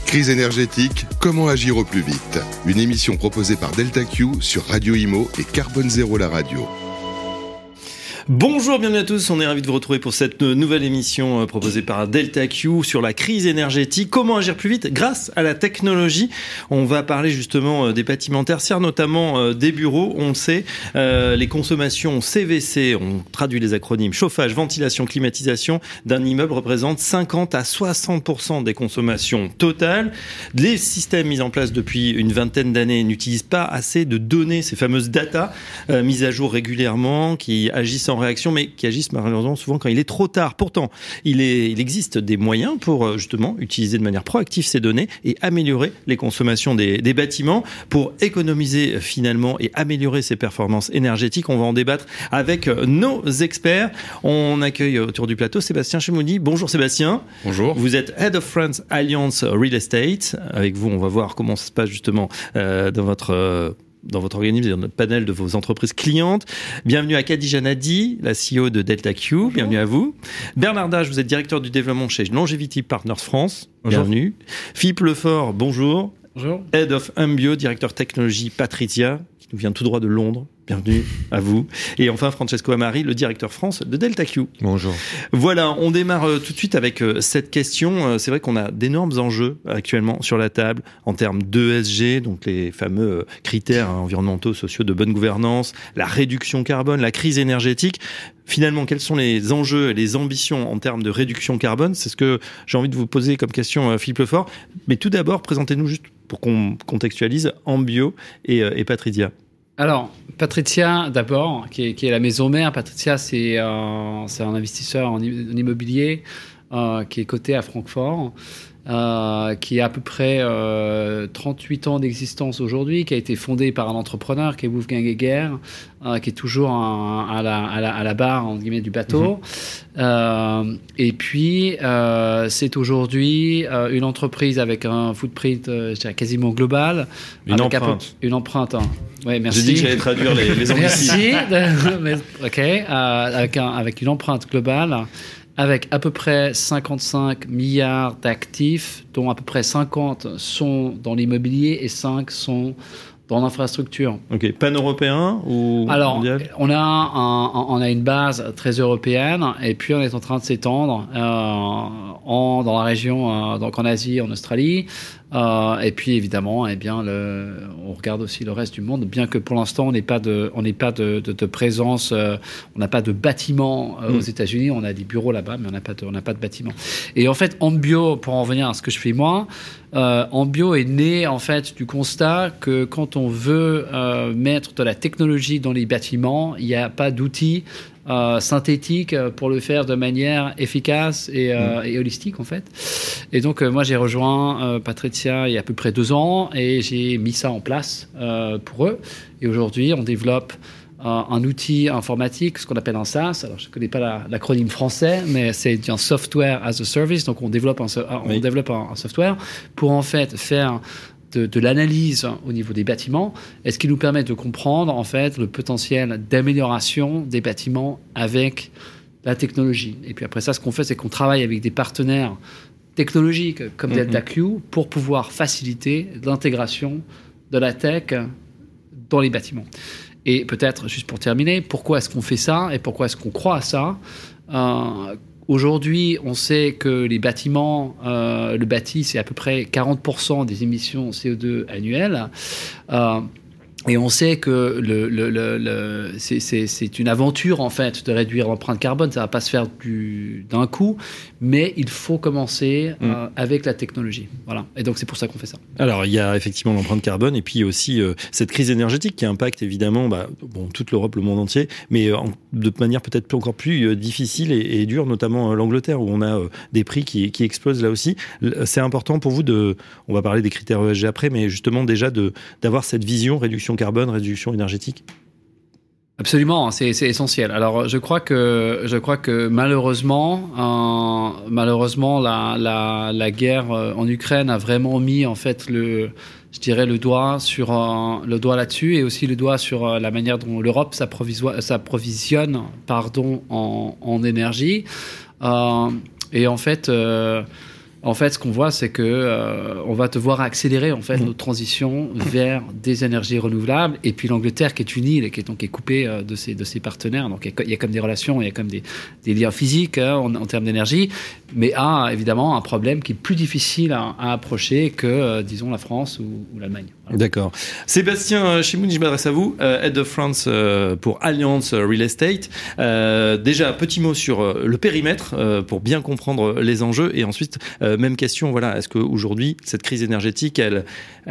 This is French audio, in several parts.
Crise énergétique, comment agir au plus vite ? Une émission proposée par Delta Q sur Radio Imo et Carbone Zéro la radio. Bonjour, bienvenue à tous, on est ravis de vous retrouver pour cette nouvelle émission proposée par Delta Q sur la crise énergétique. Comment agir plus vite grâce à la technologie ? On va parler justement des bâtiments tertiaires, notamment des bureaux. On le sait, les consommations CVC, on traduit les acronymes, chauffage, ventilation, climatisation d'un immeuble représentent 50 à 60% des consommations totales. Les systèmes mis en place depuis une vingtaine d'années n'utilisent pas assez de données, ces fameuses data mises à jour régulièrement, qui agissent en réaction, mais qui agissent malheureusement souvent quand il est trop tard. Pourtant, il existe des moyens pour justement utiliser de manière proactive ces données et améliorer les consommations des bâtiments pour économiser finalement et améliorer ses performances énergétiques. On va en débattre avec nos experts. On accueille autour du plateau Sébastien Chemoudi. Bonjour Sébastien. Bonjour. Vous êtes Head of France Alliance Real Estate. Avec vous, on va voir comment ça se passe justement dans votre organisme et dans notre panel de vos entreprises clientes. Bienvenue à Khadija Nadi, la CEO de Delta Q. Bonjour. Bienvenue à vous. Bernard Dage, vous êtes directeur du développement chez Longevity Partners France. Bonjour. Bienvenue. Philippe Lefort, bonjour. Bonjour. Head of Umbio, directeur technologie Patrizia, qui nous vient tout droit de Londres. Bienvenue à vous. Et enfin, Francesco Amari, le directeur France de Delta Q. Bonjour. Voilà, on démarre tout de suite avec cette question. C'est vrai qu'on a d'énormes enjeux actuellement sur la table en termes d'ESG, donc les fameux critères environnementaux, sociaux de bonne gouvernance, la réduction carbone, la crise énergétique. Finalement, quels sont les enjeux et les ambitions en termes de réduction carbone ? C'est ce que j'ai envie de vous poser comme question, Philippe Lefort. Mais tout d'abord, présentez-nous juste pour qu'on contextualise Umbio et Patrizia. Alors, Patrizia, d'abord, qui est la maison mère. Patrizia, c'est un investisseur en immobilier qui est coté à Francfort, qui a à peu près 38 ans d'existence aujourd'hui, qui a été fondé par un entrepreneur qui est Wolfgang Egger, qui est toujours à la barre entre guillemets, du bateau. Et puis, c'est aujourd'hui une entreprise avec un footprint je dirais, quasiment global. Une empreinte. Hein. Ouais, merci. J'ai dit que j'allais traduire les anglicismes. Merci. OK. Avec une empreinte globale, avec à peu près 55 milliards d'actifs, dont à peu près 50 sont dans l'immobilier et 5 sont dans l'infrastructure. Ok, pan-européen ou mondial ? Alors, on a une base très européenne et puis on est en train de s'étendre dans la région, donc en Asie, en Australie. Et puis évidemment, on regarde aussi le reste du monde, bien que pour l'instant on n'ait pas de présence, on n'a pas de bâtiment aux États-Unis, on a des bureaux là-bas, mais on n'a pas de bâtiment. Et en fait, Umbio, pour en revenir à ce que je fais moi, Umbio est né en fait du constat que quand on veut mettre de la technologie dans les bâtiments, il n'y a pas d'outils synthétique pour le faire de manière efficace et holistique en fait. Et donc moi j'ai rejoint Patrizia il y a à peu près 2 ans et j'ai mis ça en place pour eux. Et aujourd'hui on développe un outil informatique, ce qu'on appelle un SaaS. Alors je ne connais pas l'acronyme français, mais c'est un software as a service. Donc on développe un software pour en fait faire de l'analyse au niveau des bâtiments, et ce qui nous permet de comprendre en fait le potentiel d'amélioration des bâtiments avec la technologie. Et puis après ça, ce qu'on fait, c'est qu'on travaille avec des partenaires technologiques comme Delta Q pour pouvoir faciliter l'intégration de la tech dans les bâtiments. Et peut-être, juste pour terminer, pourquoi est-ce qu'on fait ça et pourquoi est-ce qu'on croit à ça ? Aujourd'hui, on sait que les bâtiments, le bâti, c'est à peu près 40% des émissions CO2 annuelles. Et on sait que c'est une aventure, en fait, de réduire l'empreinte carbone. Ça ne va pas se faire d'un coup, mais il faut commencer avec la technologie. Voilà. Et donc, c'est pour ça qu'on fait ça. Alors, il y a effectivement l'empreinte carbone et puis aussi cette crise énergétique qui impacte évidemment toute l'Europe, le monde entier, mais de manière peut-être encore plus difficile et dure, notamment l'Angleterre, où on a des prix qui explosent là aussi. C'est important pour vous on va parler des critères ESG après, mais justement déjà d'avoir cette vision réduction carbone, réduction énergétique. Absolument, c'est essentiel. Alors, je crois que malheureusement, la guerre en Ukraine a vraiment mis en fait le doigt là-dessus, et aussi le doigt sur la manière dont l'Europe s'approvisionne en énergie. Et en fait, En fait, ce qu'on voit, c'est que on va devoir accélérer en fait notre transition vers des énergies renouvelables. Et puis l'Angleterre, qui est une île et qui est coupée de ses partenaires, donc il y a comme des relations, il y a comme des liens physiques en termes d'énergie, mais a évidemment un problème qui est plus difficile à approcher que, disons, la France ou l'Allemagne. Voilà. D'accord. Sébastien Chimoun, je m'adresse à vous, Head of France pour Allianz Real Estate. Déjà, petit mot sur le périmètre pour bien comprendre les enjeux, et ensuite même question, voilà, est-ce qu'aujourd'hui cette crise énergétique, elle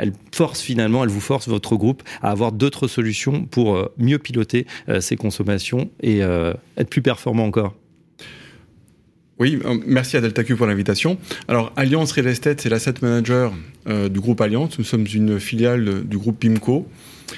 vous force votre groupe à avoir d'autres solutions pour mieux piloter ses consommations et être plus performant encore? Oui, merci à Delta Q pour l'invitation. Alors, Allianz Real Estate, c'est l'asset manager du groupe Allianz. Nous sommes une filiale du groupe PIMCO.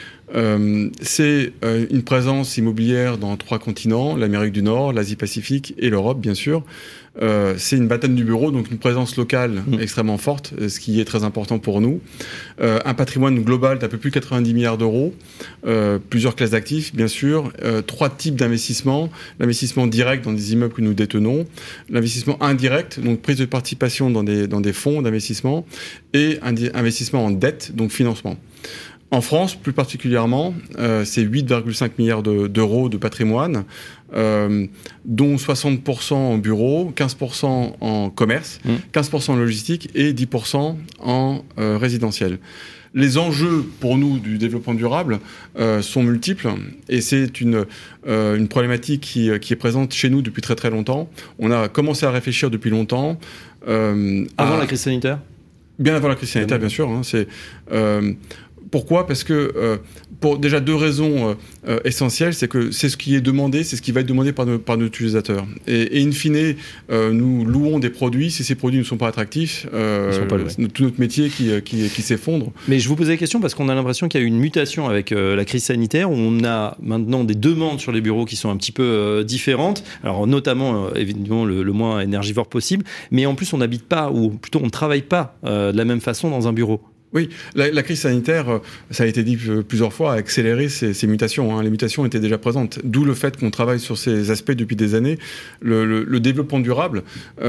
C'est une présence immobilière dans 3 continents, l'Amérique du Nord, l'Asie-Pacifique et l'Europe, bien sûr. C'est une vingtaine de bureaux, donc une présence locale extrêmement forte, ce qui est très important pour nous. Un patrimoine global d'à peu plus de 90 milliards d'euros, plusieurs classes d'actifs, bien sûr, 3 types d'investissements. L'investissement direct dans des immeubles que nous détenons, l'investissement indirect, donc prise de participation dans des fonds d'investissement, et un investissement en dette, donc financement. En France, plus particulièrement, c'est 8,5 milliards d'euros de patrimoine, dont 60% en bureau, 15% en commerce, 15% en logistique et 10% en résidentiel. Les enjeux pour nous du développement durable sont multiples, et c'est une problématique qui est présente chez nous depuis très très longtemps. On a commencé à réfléchir depuis longtemps. Avant la crise sanitaire ? Bien avant la crise sanitaire, bien sûr. Pourquoi ? Parce que pour déjà 2 raisons essentielles, c'est que c'est ce qui est demandé, c'est ce qui va être demandé par nos utilisateurs. Et in fine, nous louons des produits. Si ces produits ne sont pas attractifs, tout notre métier qui s'effondre. Mais je vous posais la question parce qu'on a l'impression qu'il y a eu une mutation avec la crise sanitaire, où on a maintenant des demandes sur les bureaux qui sont un petit peu différentes. Alors notamment, évidemment, le moins énergivore possible, mais en plus on n'habite pas, ou plutôt on ne travaille pas de la même façon dans un bureau. Oui, la crise sanitaire, ça a été dit plusieurs fois, a accéléré ces mutations. Les mutations étaient déjà présentes, d'où le fait qu'on travaille sur ces aspects depuis des années. Le développement durable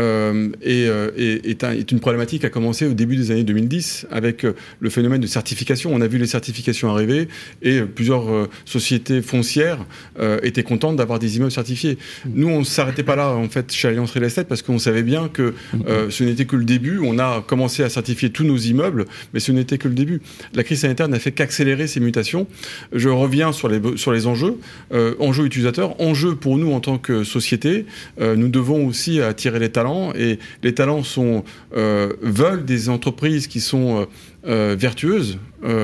est une problématique qui a commencé au début des années 2010 avec le phénomène de certification. On a vu les certifications arriver et plusieurs sociétés foncières étaient contentes d'avoir des immeubles certifiés. Nous, on ne s'arrêtait pas là, en fait, chez Allianz Real Estate, parce qu'on savait bien que ce n'était que le début. On a commencé à certifier tous nos immeubles, mais ce n'était que le début. La crise sanitaire n'a fait qu'accélérer ces mutations. Je reviens sur les enjeux. Enjeux utilisateurs, enjeux pour nous en tant que société. Nous devons aussi attirer les talents, et les talents veulent des entreprises qui sont vertueuses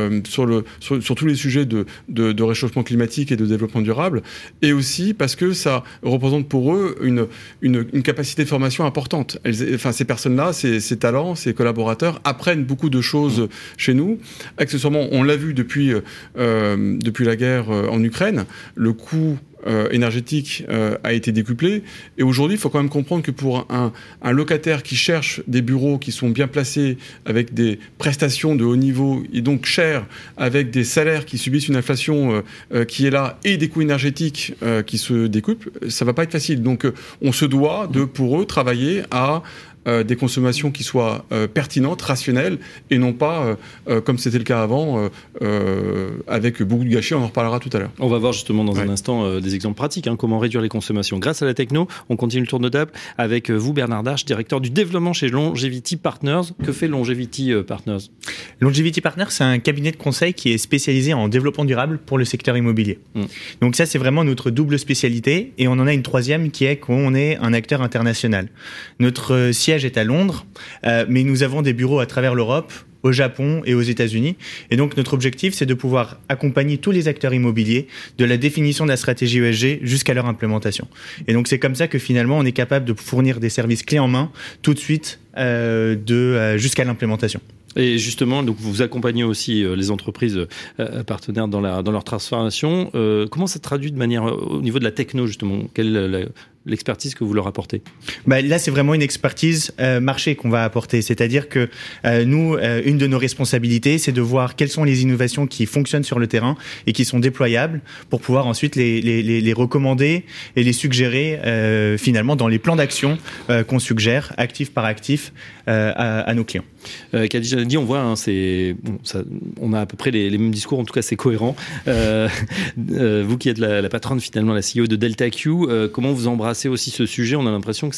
sur tous les sujets de réchauffement climatique et de développement durable, et aussi parce que ça représente pour eux une capacité de formation importante. Ces personnes-là, ces talents, ces collaborateurs apprennent beaucoup de choses chez nous. Accessoirement, on l'a vu depuis la guerre en Ukraine, le coût énergétique a été décuplé, et aujourd'hui il faut quand même comprendre que pour un locataire qui cherche des bureaux qui sont bien placés avec des prestations de haut niveau et donc chers, avec des salaires qui subissent une inflation qui est là, et des coûts énergétiques qui se décuplent, ça va pas être facile. Donc on se doit de pour eux travailler à des consommations qui soient pertinentes, rationnelles, et non pas comme c'était le cas avant, avec beaucoup de gâchis. On en reparlera tout à l'heure. On va voir justement dans un instant des exemples pratiques, comment réduire les consommations grâce à la techno. On continue le tour de table avec vous, Bernard Darche, directeur du développement chez Longevity Partners. Que fait Longevity Partners ? Longevity Partners, c'est un cabinet de conseil qui est spécialisé en développement durable pour le secteur immobilier. Donc ça, c'est vraiment notre double spécialité, et on en a une troisième qui est qu'on est un acteur international. Notre siège est à Londres, mais nous avons des bureaux à travers l'Europe, au Japon et aux États-Unis. Et donc, notre objectif, c'est de pouvoir accompagner tous les acteurs immobiliers de la définition de la stratégie ESG jusqu'à leur implémentation. Et donc, c'est comme ça que finalement, on est capable de fournir des services clés en main tout de suite jusqu'à l'implémentation. Et justement, donc vous accompagnez aussi les entreprises partenaires dans leur transformation. Comment ça se traduit de manière au niveau de la techno, justement ? Quelle est l'expertise que vous leur apportez ? Là, c'est vraiment une expertise marché qu'on va apporter. C'est-à-dire que nous, une de nos responsabilités, c'est de voir quelles sont les innovations qui fonctionnent sur le terrain et qui sont déployables pour pouvoir ensuite les recommander et les suggérer finalement dans les plans d'action qu'on suggère, actif par actif, à nos clients. Khadija dit, on voit, on a à peu près les mêmes discours, en tout cas c'est cohérent. Vous qui êtes la patronne finalement, la CEO de DeltaQ, comment vous embrassez aussi ce sujet? On a l'impression que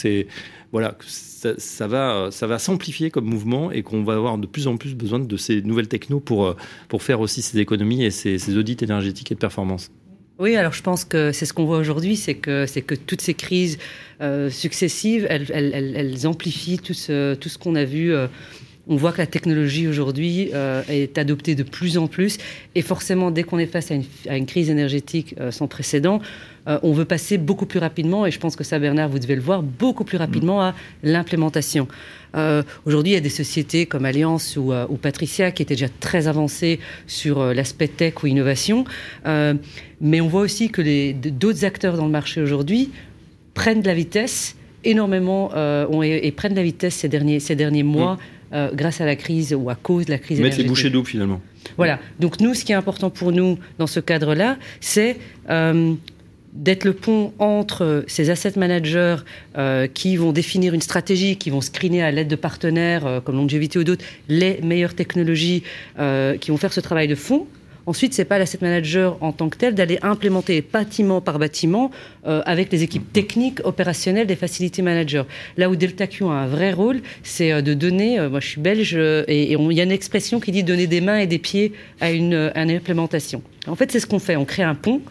ça va s'amplifier comme mouvement et qu'on va avoir de plus en plus besoin de ces nouvelles technos pour faire aussi ces économies et ces audits énergétiques et de performance. Oui, alors je pense que c'est ce qu'on voit aujourd'hui, c'est que toutes ces crises successives, elles amplifient tout ce qu'on a vu. On voit que la technologie aujourd'hui est adoptée de plus en plus, et forcément, dès qu'on est face à une crise énergétique sans précédent, on veut passer beaucoup plus rapidement, et je pense que ça, Bernard, vous devez le voir, beaucoup plus rapidement à l'implémentation. Aujourd'hui, il y a des sociétés comme Allianz ou Patricia qui étaient déjà très avancées sur l'aspect tech ou innovation, mais on voit aussi que d'autres acteurs dans le marché aujourd'hui prennent de la vitesse énormément et prennent de la vitesse ces derniers mois. Grâce à la crise ou à cause de la crise énergétique. Mettre les bouchées doubles finalement. Voilà. Donc nous, ce qui est important pour nous dans ce cadre-là, c'est d'être le pont entre ces asset managers qui vont définir une stratégie, qui vont screener à l'aide de partenaires comme Longevity ou d'autres les meilleures technologies, qui vont faire ce travail de fond. Ensuite, ce n'est pas l'asset manager en tant que tel d'aller implémenter bâtiment par bâtiment avec les équipes techniques, opérationnelles des facility managers. Là où DeltaQ a un vrai rôle, c'est de donner, moi je suis belge, et il y a une expression qui dit donner des mains et des pieds à une implémentation. En fait, c'est ce qu'on fait, on crée un pont.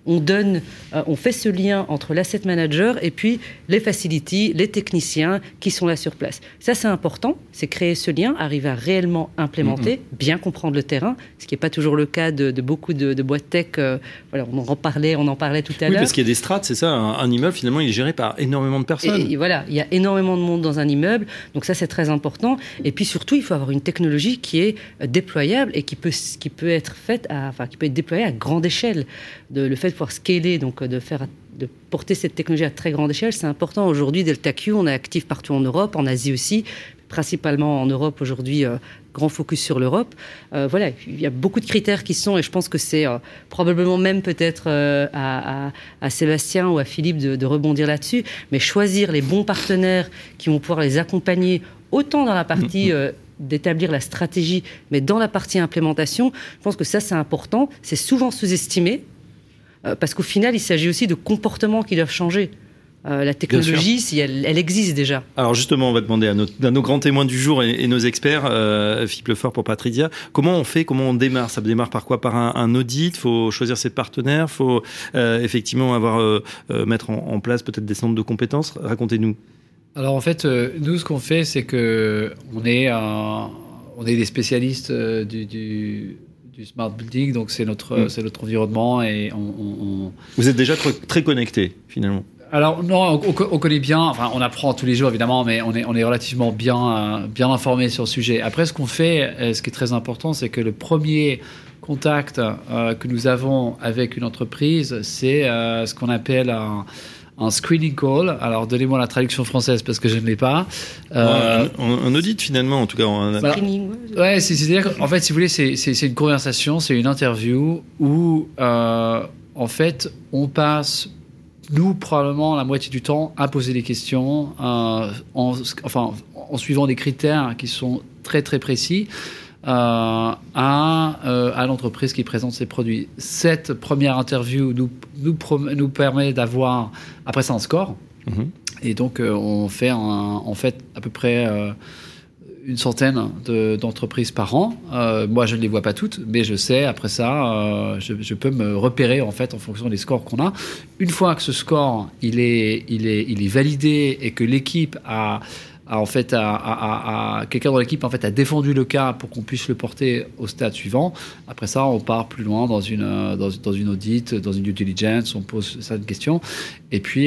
On fait ce lien entre l'asset manager et puis les facilities, les techniciens qui sont là sur place. Ça, c'est important, c'est créer ce lien, arriver à réellement implémenter, bien comprendre le terrain, ce qui n'est pas toujours le cas de beaucoup de boîtes tech. Voilà, on en parlait tout à l'heure. Oui, parce qu'il y a des strates, c'est ça, un immeuble, finalement, il est géré par énormément de personnes. Et voilà, il y a énormément de monde dans un immeuble, donc ça, c'est très important. Et puis surtout, il faut avoir une technologie qui est déployable et qui peut être qui peut être déployée à grande échelle. Le fait de pouvoir scaler, donc de porter cette technologie à très grande échelle, c'est important. Aujourd'hui, DeltaQ, on est actif partout en Europe, en Asie aussi, principalement en Europe aujourd'hui, grand focus sur l'Europe. Voilà, il y a beaucoup de critères qui sont, et je pense que c'est probablement même peut-être à Sébastien ou à Philippe de rebondir là-dessus, mais choisir les bons partenaires qui vont pouvoir les accompagner autant dans la partie d'établir la stratégie, mais dans la partie implémentation, je pense que ça, c'est important. C'est souvent sous-estimé, parce qu'au final, il s'agit aussi de comportements qui doivent changer. La technologie, si elle existe déjà. Alors justement, on va demander à nos grands témoins du jour et nos experts, Philippe Lefort pour Patridia, comment on fait, comment on démarre? Ça démarre par quoi? Par un audit? Il faut choisir ses partenaires? Il faut effectivement mettre en place peut-être des centres de compétences? Racontez-nous. Alors en fait, nous, ce qu'on fait, c'est que on est des spécialistes du smart building, donc c'est notre environnement, et Vous êtes déjà très connectés finalement. Alors non, on connaît bien, enfin on apprend tous les jours évidemment, mais on est relativement bien informé sur le sujet. Après, ce qu'on fait, ce qui est très important, c'est que le premier contact que nous avons avec une entreprise, c'est ce qu'on appelle un screening call. Alors, donnez-moi la traduction française parce que je ne l'ai pas. Un audit, finalement, en tout cas. Screening. Ouais, c'est-à-dire qu'en fait, si vous voulez, c'est une conversation, c'est une interview où, en fait, on passe, nous, probablement, la moitié du temps, à poser des questions, en suivant des critères qui sont très, très précis. À l'entreprise qui présente ses produits. Cette première interview nous permet d'avoir, après ça, un score. Et donc, on fait à peu près une centaine d'entreprises par an. Moi, je ne les vois pas toutes, mais je sais, après ça, je peux me repérer, en fait, en fonction des scores qu'on a. Une fois que ce score, il est validé et que l'équipe quelqu'un dans l'équipe en fait a défendu le cas pour qu'on puisse le porter au stade suivant. Après ça, on part plus loin dans une audit, dans une due diligence, on pose certaines questions. Et puis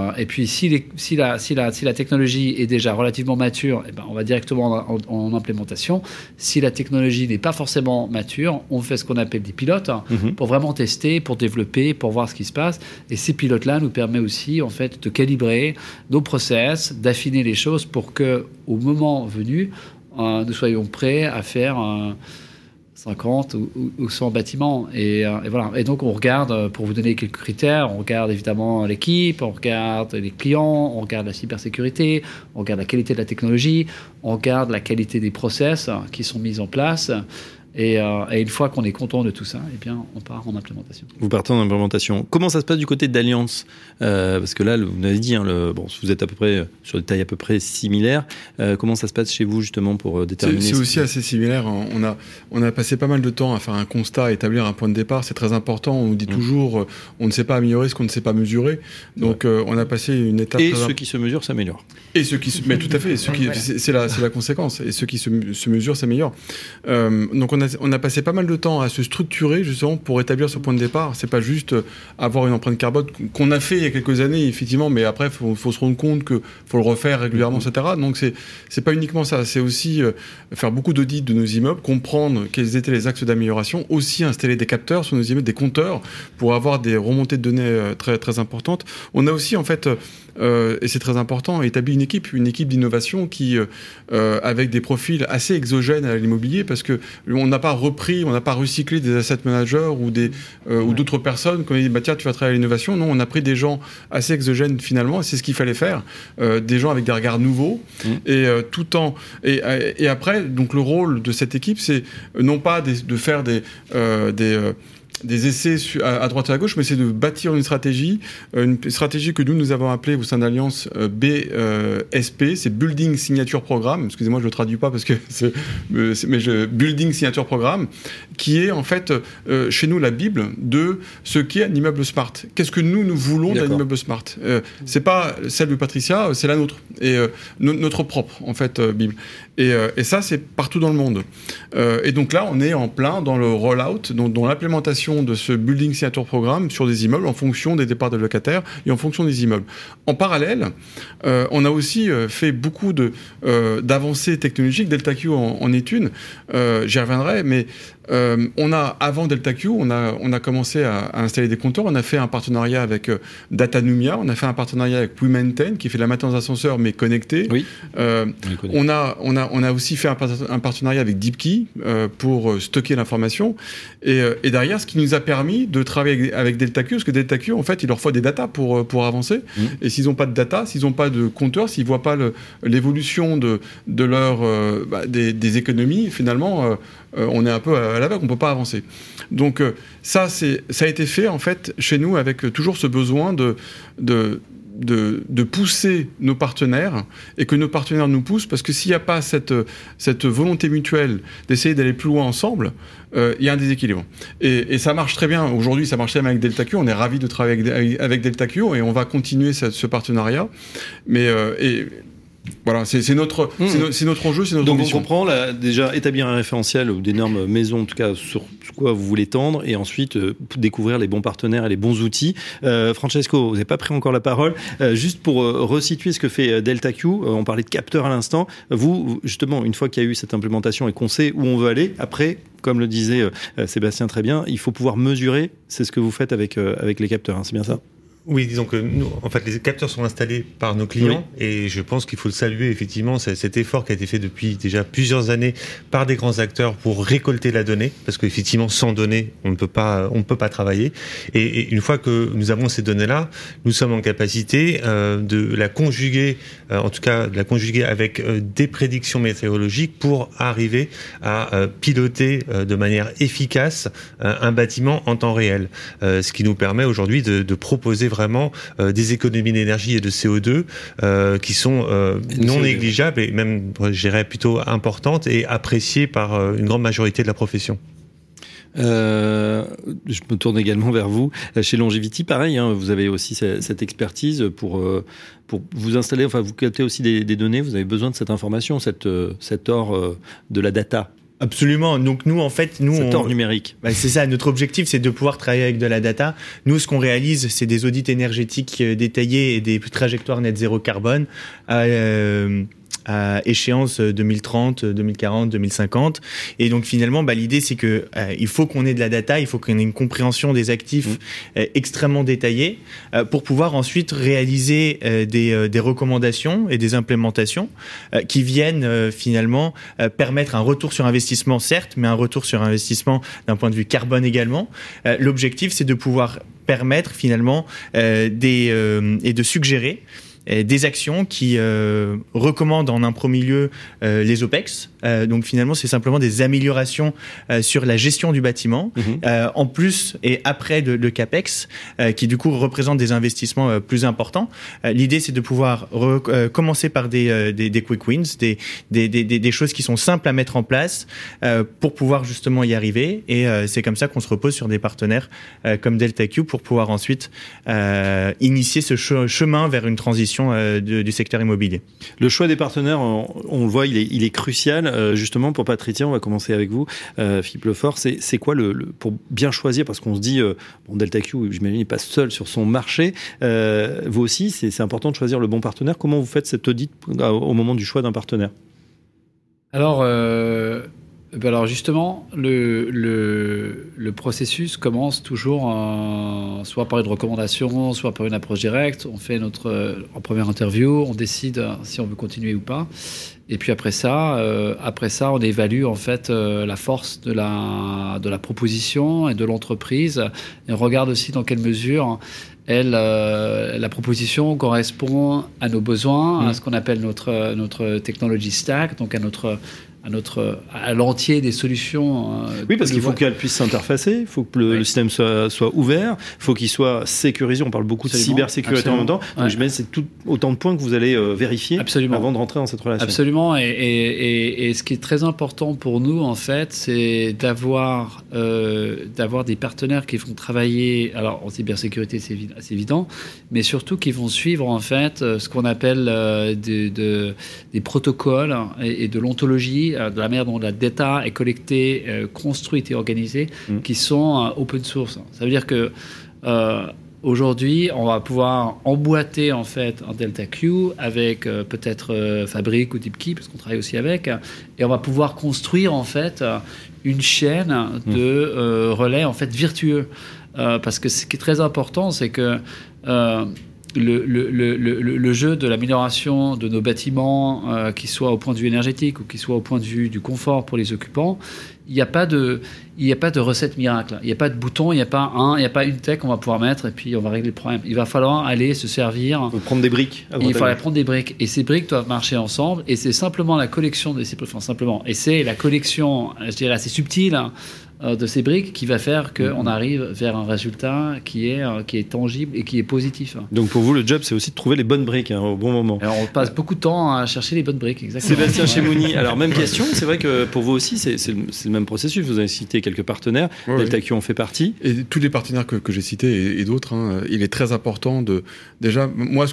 si la technologie est déjà relativement mature, on va directement en implémentation. Si la technologie n'est pas forcément mature, on fait ce qu'on appelle des pilotes pour vraiment tester, pour développer, pour voir ce qui se passe. Et ces pilotes-là nous permettent aussi en fait de calibrer nos process, d'affiner les choses pour que, au moment venu, nous soyons prêts à faire 50 ou 100 bâtiments. Et voilà. Et donc, on regarde, pour vous donner quelques critères, on regarde évidemment l'équipe, on regarde les clients, on regarde la cybersécurité, on regarde la qualité de la technologie, on regarde la qualité des process qui sont mis en place. Et une fois qu'on est content de tout ça, eh bien, on part en implémentation. Vous partez en implémentation. Comment ça se passe du côté d'Alliance ? Parce que là, vous m'avez dit, vous êtes à peu près sur des tailles à peu près similaires. Comment ça se passe chez vous justement pour déterminer ? C'est aussi assez similaire. On a passé pas mal de temps à faire un constat, à établir un point de départ. C'est très important. On nous dit toujours, on ne sait pas améliorer ce qu'on ne sait pas mesurer. Donc, on a passé une étape. Et ceux qui se mesurent s'améliorent. Et ceux qui, mais tout à fait. C'est la conséquence. Et ceux qui se mesurent s'améliorent. Donc, on a passé pas mal de temps à se structurer justement pour établir ce point de départ. C'est pas juste avoir une empreinte carbone qu'on a fait il y a quelques années effectivement, mais après faut se rendre compte que faut le refaire régulièrement, etc. Donc c'est pas uniquement ça, c'est aussi faire beaucoup d'audits de nos immeubles, comprendre quels étaient les axes d'amélioration, aussi installer des capteurs sur nos immeubles, des compteurs pour avoir des remontées de données très très importantes. On a aussi en fait et c'est très important, établi une équipe d'innovation qui avec des profils assez exogènes à l'immobilier, parce que on n'a pas recyclé des asset managers ou d'autres personnes qui ont dit tiens, tu vas travailler à l'innovation. Non, on a pris des gens assez exogènes finalement, et c'est ce qu'il fallait faire, des gens avec des regards nouveaux et et après donc le rôle de cette équipe, c'est non pas de faire des essais à droite et à gauche, mais c'est de bâtir une stratégie que nous avons appelée au sein d'Alliance BSP, c'est Building Signature Programme. Excusez-moi, je le traduis pas parce que Building Signature Programme, qui est en fait chez nous la bible de ce qu'est un immeuble smart. Qu'est-ce que nous voulons d'un immeuble smart ? C'est pas celle de Patricia, c'est la nôtre et notre propre en fait bible. Et ça, c'est partout dans le monde. Et donc là, on est en plein dans le rollout, dans l'implémentation de ce Building Signature Programme sur des immeubles en fonction des départs de locataires et en fonction des immeubles. En parallèle, on a aussi fait beaucoup d'avancées technologiques. DeltaQ en est une. J'y reviendrai, mais avant DeltaQ, on a commencé à installer des compteurs. On a fait un partenariat avec Datanumia. On a fait un partenariat avec WeMaintain qui fait de la maintenance d'ascenseurs mais connectée. Oui. On a aussi fait un partenariat avec DeepKey pour stocker l'information. Et derrière, ce qui nous a permis de travailler avec DeltaQ, parce que DeltaQ, en fait, il leur faut des datas pour avancer. Et s'ils n'ont pas de data, s'ils n'ont pas de compteur, s'ils ne voient pas l'évolution de leur des économies, finalement, on est un peu à l'aveugle, on ne peut pas avancer. Donc ça a été fait en fait chez nous avec toujours ce besoin de pousser nos partenaires et que nos partenaires nous poussent, parce que s'il n'y a pas cette volonté mutuelle d'essayer d'aller plus loin ensemble, il y a un déséquilibre. Et ça marche très bien. Aujourd'hui, ça marche très bien avec DeltaQ. On est ravis de travailler avec DeltaQ et on va continuer ce partenariat. Mais voilà, c'est notre enjeu, c'est notre ambition. Donc on comprend déjà établir un référentiel ou des normes maison, en tout cas sur quoi vous voulez tendre, et ensuite découvrir les bons partenaires et les bons outils. Francesco, vous n'avez pas pris encore la parole. Juste pour resituer ce que fait DeltaQ, on parlait de capteurs à l'instant. Vous, justement, une fois qu'il y a eu cette implémentation et qu'on sait où on veut aller, après, comme le disait Sébastien très bien, il faut pouvoir mesurer. C'est ce que vous faites avec les capteurs, hein, c'est bien ça ? Oui, disons que nous, en fait, les capteurs sont installés par nos clients, et je pense qu'il faut le saluer, effectivement, cet effort qui a été fait depuis déjà plusieurs années par des grands acteurs pour récolter la donnée, parce qu'effectivement, sans données, on ne peut pas travailler. Et une fois que nous avons ces données-là, nous sommes en capacité de la conjuguer, en tout cas, de la conjuguer avec des prédictions météorologiques pour arriver à piloter de manière efficace un bâtiment en temps réel. Ce qui nous permet aujourd'hui de proposer vraiment des économies d'énergie et de CO2 qui sont non négligeables et même, je dirais, plutôt importantes et appréciées par une grande majorité de la profession. Je me tourne également vers vous. Chez Longevity, pareil, hein, vous avez aussi cette expertise pour vous installer, enfin vous captez aussi des données, vous avez besoin de cette information, cet or de la data. Absolument. Donc nous, en fait, cet or numérique. C'est ça. Notre objectif, c'est de pouvoir travailler avec de la data. Nous, ce qu'on réalise, c'est des audits énergétiques détaillés et des trajectoires net zéro carbone à échéance 2030, 2040, 2050. Et donc finalement, l'idée c'est que il faut qu'on ait de la data, il faut qu'on ait une compréhension des actifs extrêmement détaillée pour pouvoir ensuite réaliser des recommandations et des implémentations qui viennent finalement permettre un retour sur investissement certes, mais un retour sur investissement d'un point de vue carbone également. L'objectif c'est de pouvoir permettre finalement et de suggérer des actions qui recommandent en un premier lieu les OPEX. Donc finalement, c'est simplement des améliorations sur la gestion du bâtiment, en plus et après le CAPEX, qui du coup représentent des investissements plus importants. L'idée, c'est de pouvoir commencer par des quick wins, des choses qui sont simples à mettre en place pour pouvoir justement y arriver. Et c'est comme ça qu'on se repose sur des partenaires comme DeltaQ pour pouvoir ensuite initier ce chemin vers une transition du secteur immobilier. Le choix des partenaires, on le voit, il est crucial. Justement, pour Patricia, on va commencer avec vous, Philippe Lefort. C'est quoi pour bien choisir, parce qu'on se dit, DeltaQ, j'imagine, n'est pas seul sur son marché. Vous aussi, c'est important de choisir le bon partenaire. Comment vous faites cet audit au moment du choix d'un partenaire ? Alors justement, le processus commence toujours soit par une recommandation, soit par une approche directe. On fait en première interview, on décide si on veut continuer ou pas. Et puis après ça, on évalue en fait la force de la proposition et de l'entreprise. Et on regarde aussi dans quelle mesure la proposition correspond à nos besoins, à ce qu'on appelle notre technology stack, donc à l'entier des solutions. Oui, parce qu'il faut qu'elle puisse s'interfacer, il faut que le système soit ouvert, il faut qu'il soit sécurisé. On parle beaucoup de cybersécurité en même temps. Donc j'imagine que c'est autant de points que vous allez vérifier avant de rentrer dans cette relation. Absolument. Et ce qui est très important pour nous, en fait, c'est d'avoir des partenaires qui vont travailler. Alors en cybersécurité, c'est évident, mais surtout qui vont suivre en fait ce qu'on appelle des protocoles et de l'ontologie, de la manière dont la data est collectée, construite et organisée, qui sont open source. Ça veut dire que aujourd'hui, on va pouvoir emboîter en fait un DeltaQ avec peut-être Fabric ou DeepKey, parce qu'on travaille aussi avec, et on va pouvoir construire en fait une chaîne de relais en fait virtueux. Parce que ce qui est très important, c'est que le jeu de l'amélioration de nos bâtiments, qu'il soit au point de vue énergétique ou qu'il soit au point de vue du confort pour les occupants, il n'y a pas de recette miracle. Il n'y a pas de bouton, il n'y a pas une tech qu'on va pouvoir mettre et puis on va régler le problème. Il va falloir aller se servir. Il faut prendre des briques. Il faut aller prendre des briques. Et ces briques doivent marcher ensemble. Et c'est simplement la collection de ces briques. Enfin, simplement. Et c'est la collection, je dirais, assez subtile de ces briques qui va faire qu'on arrive vers un résultat qui est tangible et qui est positif. Donc pour vous, le job, c'est aussi de trouver les bonnes briques au bon moment. Alors on passe beaucoup de temps à chercher les bonnes briques, exactement. Sébastien Chemouni, alors même question, c'est vrai que pour vous aussi, c'est le même processus. Vous avez cité quelques partenaires, DeltaQ en fait partie. Et tous les partenaires que j'ai cités et d'autres, il est très important déjà, moi,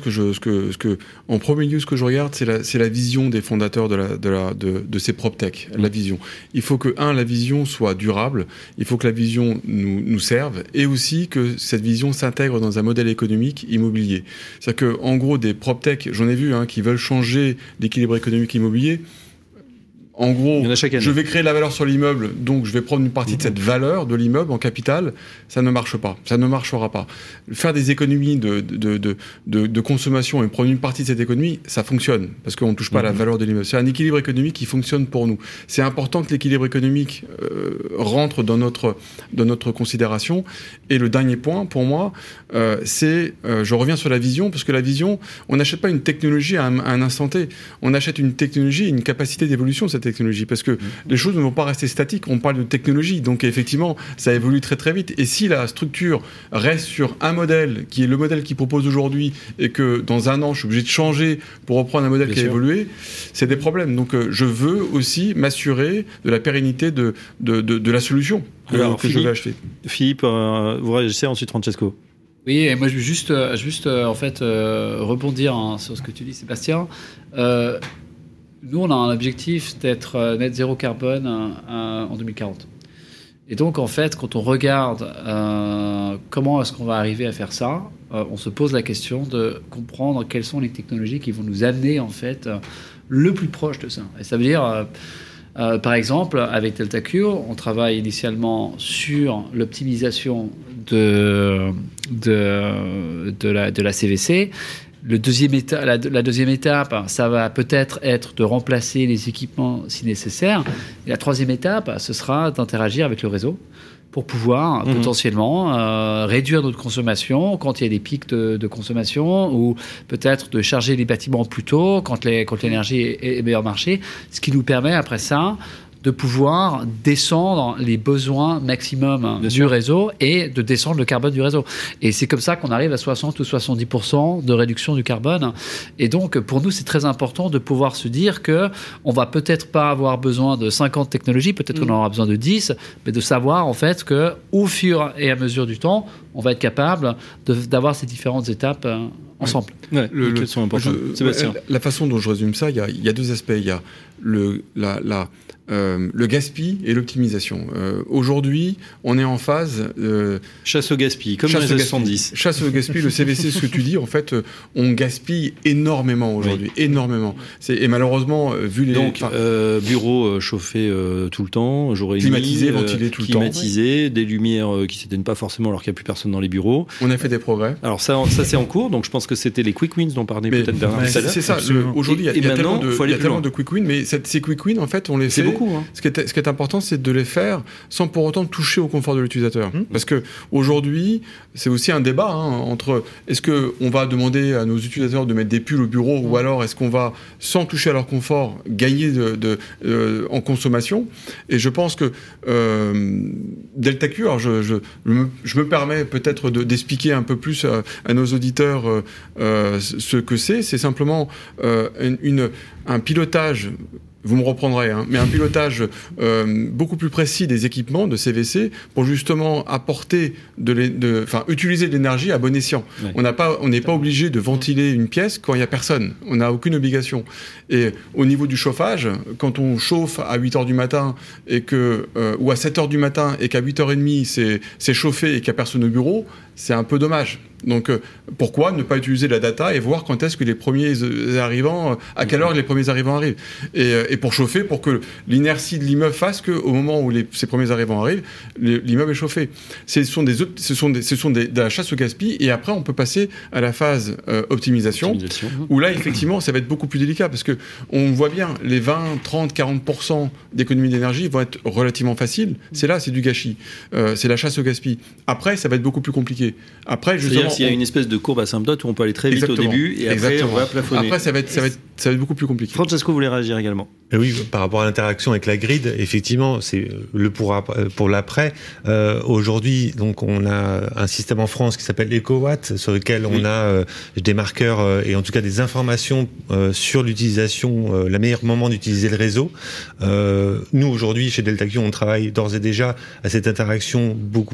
en premier lieu, ce que je regarde, c'est la vision des fondateurs de ces PropTech, la vision. Il faut que, la vision soit durable. Il faut que la vision nous serve et aussi que cette vision s'intègre dans un modèle économique immobilier. C'est-à-dire qu'en gros, des PropTech, j'en ai vu qui veulent changer l'équilibre économique immobilier. En gros, je vais créer de la valeur sur l'immeuble, donc je vais prendre une partie de cette valeur de l'immeuble en capital. Ça ne marche pas. Ça ne marchera pas. Faire des économies de consommation et prendre une partie de cette économie, ça fonctionne parce qu'on ne touche pas à la valeur de l'immeuble. C'est un équilibre économique qui fonctionne pour nous. C'est important que l'équilibre économique rentre dans notre considération. Et le dernier point, pour moi, je reviens sur la vision, parce que la vision, on n'achète pas une technologie à un instant T. On achète une technologie et une capacité d'évolution de cette technologie, parce que les choses ne vont pas rester statiques. On parle de technologie, donc effectivement, ça évolue très très vite. Et si la structure reste sur un modèle qui est le modèle qu'il propose aujourd'hui, et que dans un an, je suis obligé de changer pour reprendre un modèle qui a évolué, c'est des problèmes. Donc je veux aussi m'assurer de la pérennité de la solution que je vais acheter. Philippe, vous réagissez, ensuite Francesco. Oui, et moi je veux juste en fait rebondir sur ce que tu dis, Sébastien. Nous, on a un objectif d'être net zéro carbone en 2040. Et donc, en fait, quand on regarde comment est-ce qu'on va arriver à faire ça, on se pose la question de comprendre quelles sont les technologies qui vont nous amener, en fait, le plus proche de ça. Et ça veut dire, par exemple, avec DeltaQ, on travaille initialement sur l'optimisation de la CVC. La deuxième étape, ça va peut-être être de remplacer les équipements si nécessaire. Et la troisième étape, ce sera d'interagir avec le réseau pour pouvoir potentiellement réduire notre consommation quand il y a des pics de consommation, ou peut-être de charger les bâtiments plus tôt quand l'énergie est meilleur marché, ce qui nous permet après ça de pouvoir descendre les besoins maximum du réseau et de descendre le carbone du réseau. Et c'est comme ça qu'on arrive à 60 ou 70% de réduction du carbone. Et donc, pour nous, c'est très important de pouvoir se dire qu'on va peut-être pas avoir besoin de 50 technologies, peut-être qu'on en aura besoin de 10, mais de savoir en fait qu'au fur et à mesure du temps, on va être capable d'avoir ces différentes étapes ensemble. Ouais, lesquelles sont importantes. Sébastien. La façon dont je résume ça, il y a deux aspects. Il y a le gaspille et l'optimisation. Aujourd'hui, on est en phase... chasse au gaspille, comme dans les années 70. Chasse au gaspille, le CVC, ce que tu dis, en fait, on gaspille énormément aujourd'hui. Oui. Énormément. Et malheureusement, vu les... Donc, bureau chauffé tout le temps, jour et nuit. Climatisé, ventilé tout le temps. Climatisé, des lumières qui ne s'éteignent pas forcément alors qu'il n'y a plus personne dans les bureaux. On a fait des progrès. Alors ça c'est en cours, donc je pense que c'était les quick wins dont parlait peut-être Bernard. C'est ça. Aujourd'hui, il y a tellement de quick wins, mais ces quick wins, en fait, on les fait... C'est beaucoup. Hein. Ce qui est important, c'est de les faire sans pour autant toucher au confort de l'utilisateur. Parce que aujourd'hui, c'est aussi un débat entre est-ce qu'on va demander à nos utilisateurs de mettre des pulls au bureau ou alors est-ce qu'on va, sans toucher à leur confort, gagner en consommation. Et je pense que DeltaQ, alors je me permets peut-être d'expliquer un peu plus à nos auditeurs ce que c'est. C'est simplement un pilotage. Vous me reprendrez, mais un pilotage beaucoup plus précis des équipements de CVC pour justement apporter utiliser de l'énergie à bon escient. Ouais. On n'est pas obligé de ventiler une pièce quand il n'y a personne. On n'a aucune obligation. Et au niveau du chauffage, quand on chauffe à 8h du matin ou à 7h du matin et qu'à 8h30 c'est chauffé et qu'il n'y a personne au bureau, c'est un peu dommage. Donc, pourquoi ne pas utiliser la data et voir quand est-ce que les premiers arrivants, à quelle heure les premiers arrivants arrivent, et pour chauffer, pour que l'inertie de l'immeuble fasse qu'au moment où ces premiers arrivants arrivent, l'immeuble est chauffé. Ce sont de la chasse au gaspille, et après on peut passer à la phase optimisation, où là effectivement ça va être beaucoup plus délicat, parce que on voit bien les 20, 30, 40% d'économie d'énergie vont être relativement faciles. C'est du gâchis. C'est la chasse au gaspille. Après, ça va être beaucoup plus compliqué. Après, justement, s'il y a une espèce de courbe asymptote où on peut aller très vite au début et après on va plafonner. Après, ça va être beaucoup plus compliqué. Francesco voulait réagir également. Oui, par rapport à l'interaction avec la grid, effectivement, c'est le pour l'après. Aujourd'hui, donc, on a un système en France qui s'appelle EcoWatt, sur lequel on a des marqueurs et en tout cas des informations sur l'utilisation, le meilleur moment d'utiliser le réseau. Nous, aujourd'hui, chez DeltaQ, on travaille d'ores et déjà à cette interaction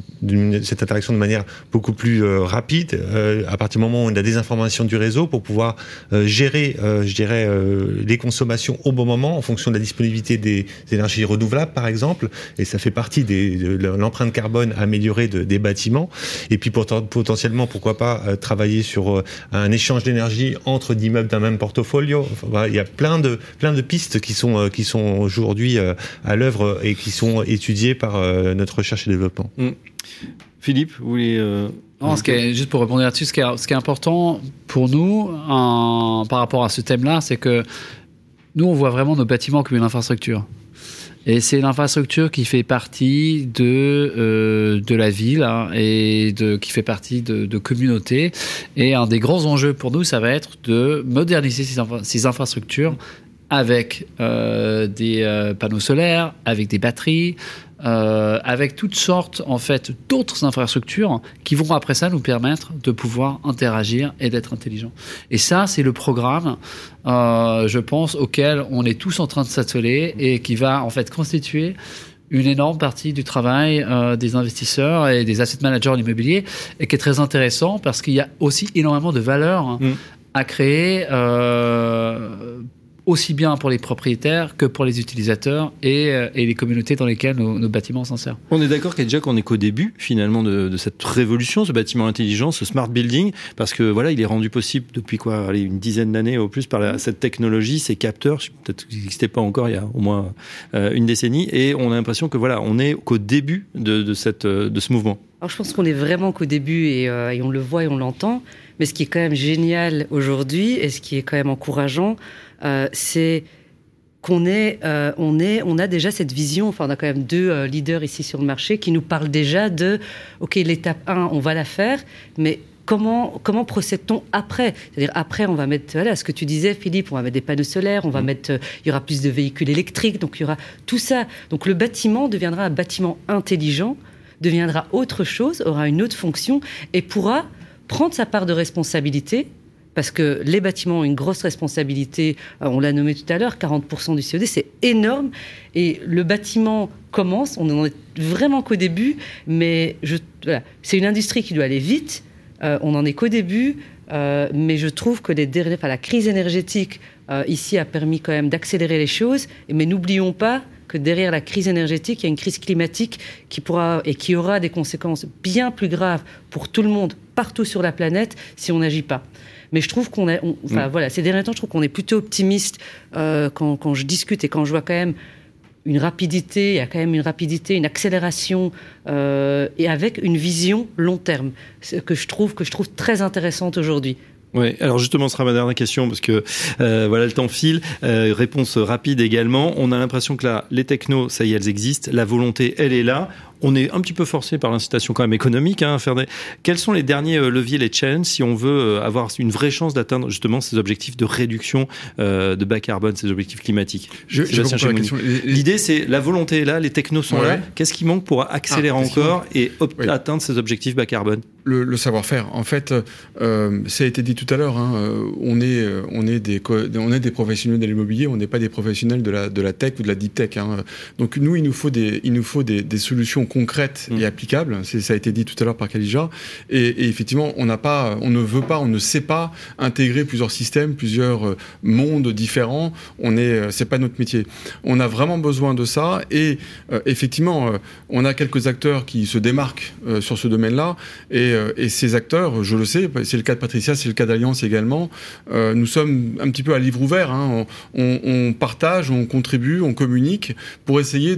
de manière beaucoup plus rapide, à partir du moment où on a des informations du réseau pour pouvoir gérer, les consommations au bon moment en fonction de la disponibilité des énergies renouvelables, par exemple, et ça fait partie de l'empreinte carbone améliorée des bâtiments. Et puis potentiellement, pourquoi pas travailler sur un échange d'énergie entre d'immeubles d'un même portfolio. Enfin, voilà, il y a plein de pistes qui sont aujourd'hui à l'œuvre et qui sont étudiées par notre recherche et développement. Philippe, vous voulez... juste pour répondre là-dessus, ce qui est important pour nous par rapport à ce thème-là, c'est que nous, on voit vraiment nos bâtiments comme une infrastructure. Et c'est l'infrastructure qui fait partie de la ville et qui fait partie de communautés. Et un des grands enjeux pour nous, ça va être de moderniser ces infrastructures avec des panneaux solaires, avec des batteries, avec toutes sortes en fait d'autres infrastructures qui vont après ça nous permettre de pouvoir interagir et d'être intelligents. Et ça, c'est le programme, je pense, auquel on est tous en train de s'atteler et qui va en fait constituer une énorme partie du travail des investisseurs et des asset managers en immobilier, et qui est très intéressant parce qu'il y a aussi énormément de valeur à créer aussi bien pour les propriétaires que pour les utilisateurs et les communautés dans lesquelles nos bâtiments s'en servent. On est d'accord qu'on est qu'au début finalement de cette révolution, ce bâtiment intelligent, ce smart building, parce que voilà, il est rendu possible depuis une dizaine d'années au plus par cette technologie, ces capteurs, peut-être qu'ils n'existaient pas encore il y a au moins une décennie, et on a l'impression que voilà, on est qu'au début de ce mouvement. Alors je pense qu'on est vraiment qu'au début et on le voit et on l'entend, mais ce qui est quand même génial aujourd'hui et ce qui est quand même encourageant, c'est qu'on on a déjà cette vision, enfin on a quand même 2 leaders ici sur le marché qui nous parlent déjà de ok, l'étape 1 on va la faire, mais comment procède-t-on après ? C'est-à-dire après on va mettre, voilà ce que tu disais Philippe, on va mettre des panneaux solaires, on va mettre, il y aura plus de véhicules électriques, donc il y aura tout ça. Donc le bâtiment deviendra un bâtiment intelligent, deviendra autre chose, aura une autre fonction et pourra prendre sa part de responsabilité. Parce que les bâtiments ont une grosse responsabilité, on l'a nommé tout à l'heure, 40% du CO2, c'est énorme. Et le bâtiment commence, on n'en est vraiment qu'au début, mais voilà, c'est une industrie qui doit aller vite, on n'en est qu'au début, mais je trouve que la crise énergétique ici a permis quand même d'accélérer les choses, mais n'oublions pas que derrière la crise énergétique, il y a une crise climatique qui aura des conséquences bien plus graves pour tout le monde, partout sur la planète, si on n'agit pas. Mais je trouve voilà, ces derniers temps, je trouve qu'on est plutôt optimiste quand je discute et quand je vois quand même une rapidité, il y a quand même une rapidité, une accélération et avec une vision long terme que je trouve très intéressante aujourd'hui. Oui, alors justement, ce sera ma dernière question parce que voilà, le temps file. Réponse rapide également. On a l'impression que là, les technos, ça y est, elles existent. La volonté, elle est là. On est un petit peu forcé par l'incitation quand même économique à faire des... Quels sont les derniers leviers, les challenges, si on veut avoir une vraie chance d'atteindre justement ces objectifs de réduction de bas carbone, ces objectifs climatiques? L'idée, c'est la volonté est là, les technos sont là. Qu'est-ce qui manque pour accélérer encore et atteindre ces objectifs bas carbone? Le savoir-faire. En fait, ça a été dit tout à l'heure, on est des professionnels de l'immobilier, on n'est pas des professionnels de la tech ou de la deep tech. Donc nous, il nous faut des solutions concrètes et applicables. Ça a été dit tout à l'heure par Khadija. Et effectivement, on ne sait pas intégrer plusieurs systèmes, plusieurs mondes différents. C'est pas notre métier. On a vraiment besoin de ça. Et effectivement, on a quelques acteurs qui se démarquent sur ce domaine-là. Et ces acteurs, je le sais, c'est le cas de Patricia, c'est le cas d'Alliance également. Nous sommes un petit peu à livre ouvert. On partage, on contribue, on communique pour essayer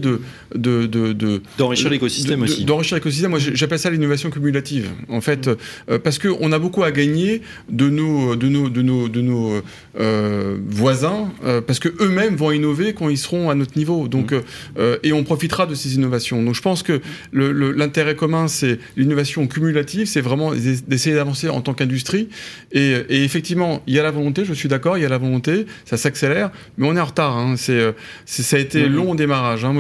d'enrichir l'écosystème aussi. D'enrichir l'écosystème. Moi, j'appelle ça l'innovation cumulative. En fait, parce que on a beaucoup à gagner de nos voisins, parce que eux-mêmes vont innover quand ils seront à notre niveau. Donc, et on profitera de ces innovations. Donc, je pense que l'intérêt commun, c'est l'innovation cumulative. C'est vraiment d'essayer d'avancer en tant qu'industrie. Et effectivement, il y a la volonté, je suis d'accord, il y a la volonté, ça s'accélère, mais on est en retard. Ça a été long au démarrage. Moi,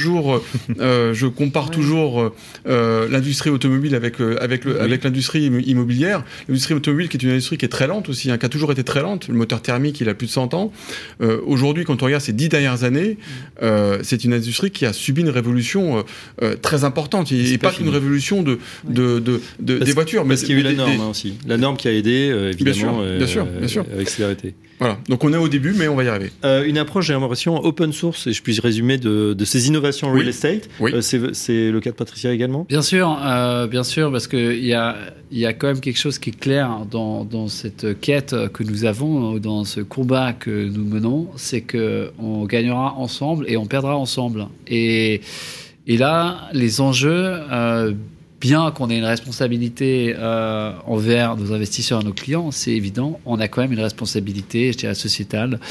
je compare toujours l'industrie automobile avec l'industrie immobilière. L'industrie automobile qui est une industrie qui est très lente aussi, qui a toujours été très lente. Le moteur thermique, il a plus de 100 ans. Aujourd'hui, quand on regarde ces 10 dernières années, c'est une industrie qui a subi une révolution très importante. Et pas qu'une révolution des voitures. Parce qu'il y a eu la norme aussi. La norme qui a aidé, évidemment, bien sûr. avec célérité. Voilà. Donc on est au début, mais on va y arriver. Une approche, j'ai l'impression, open source, et je puis résumer, de ces innovations real estate. Oui. C'est le cas de Patricia également? Bien sûr, parce qu'il y a quand même quelque chose qui est clair dans cette quête que nous avons, dans ce combat que nous menons, c'est qu'on gagnera ensemble et on perdra ensemble. Et là, les enjeux... bien qu'on ait une responsabilité envers nos investisseurs et nos clients, c'est évident, on a quand même une responsabilité, je dirais, sociétale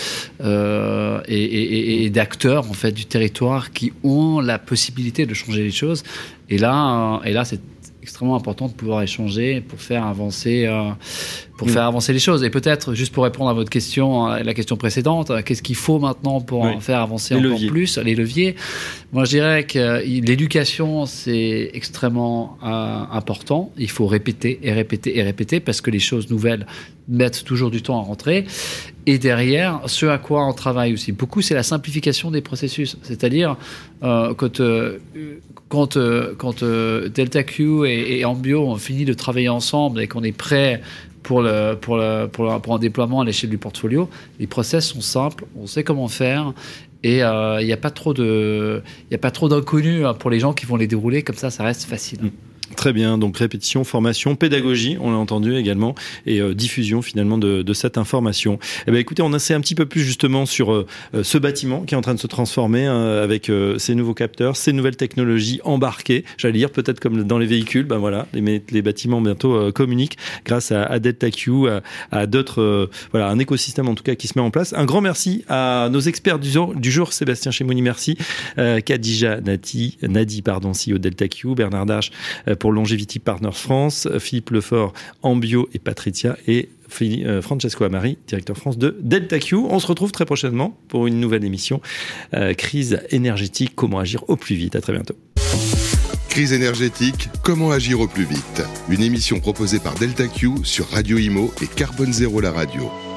et d'acteurs en fait du territoire qui ont la possibilité de changer les choses. Et là, c'est extrêmement important de pouvoir échanger pour faire avancer les choses. Et peut-être, juste pour répondre à votre question, la question précédente, qu'est-ce qu'il faut maintenant pour faire avancer encore plus les leviers? Moi, je dirais que l'éducation, c'est extrêmement important. Il faut répéter et répéter et répéter parce que les choses nouvelles mettent toujours du temps à rentrer. Et derrière, ce à quoi on travaille aussi beaucoup, c'est la simplification des processus. C'est-à-dire, quand Delta Q et Ambio ont fini de travailler ensemble et qu'on est prêt pour un déploiement à l'échelle du portfolio. Les process sont simples, on sait comment faire. Et il n'y a pas trop d'inconnus pour les gens qui vont les dérouler, comme ça reste facile. Très bien, donc répétition, formation, pédagogie, on l'a entendu également, et diffusion finalement de cette information. Eh bien, écoutez, on sait un petit peu plus justement sur ce bâtiment qui est en train de se transformer avec ces nouveaux capteurs, ces nouvelles technologies embarquées. J'allais dire peut-être comme dans les véhicules, ben voilà, les bâtiments bientôt communiquent grâce à DeltaQ, à d'autres, voilà, un écosystème en tout cas qui se met en place. Un grand merci à nos experts du jour, Sébastien Chemouni, merci, Khadija Nadi, CEO DeltaQ, Bernard Darche pour Longevity Partners France, Philippe Lefort, Ambio et Patricia, et Francesco Amari, directeur France de DeltaQ. On se retrouve très prochainement pour une nouvelle émission Crise énergétique, comment agir au plus vite. À très bientôt. Crise énergétique, comment agir au plus vite. Une émission proposée par DeltaQ sur Radio Imo et Carbone Zéro la radio.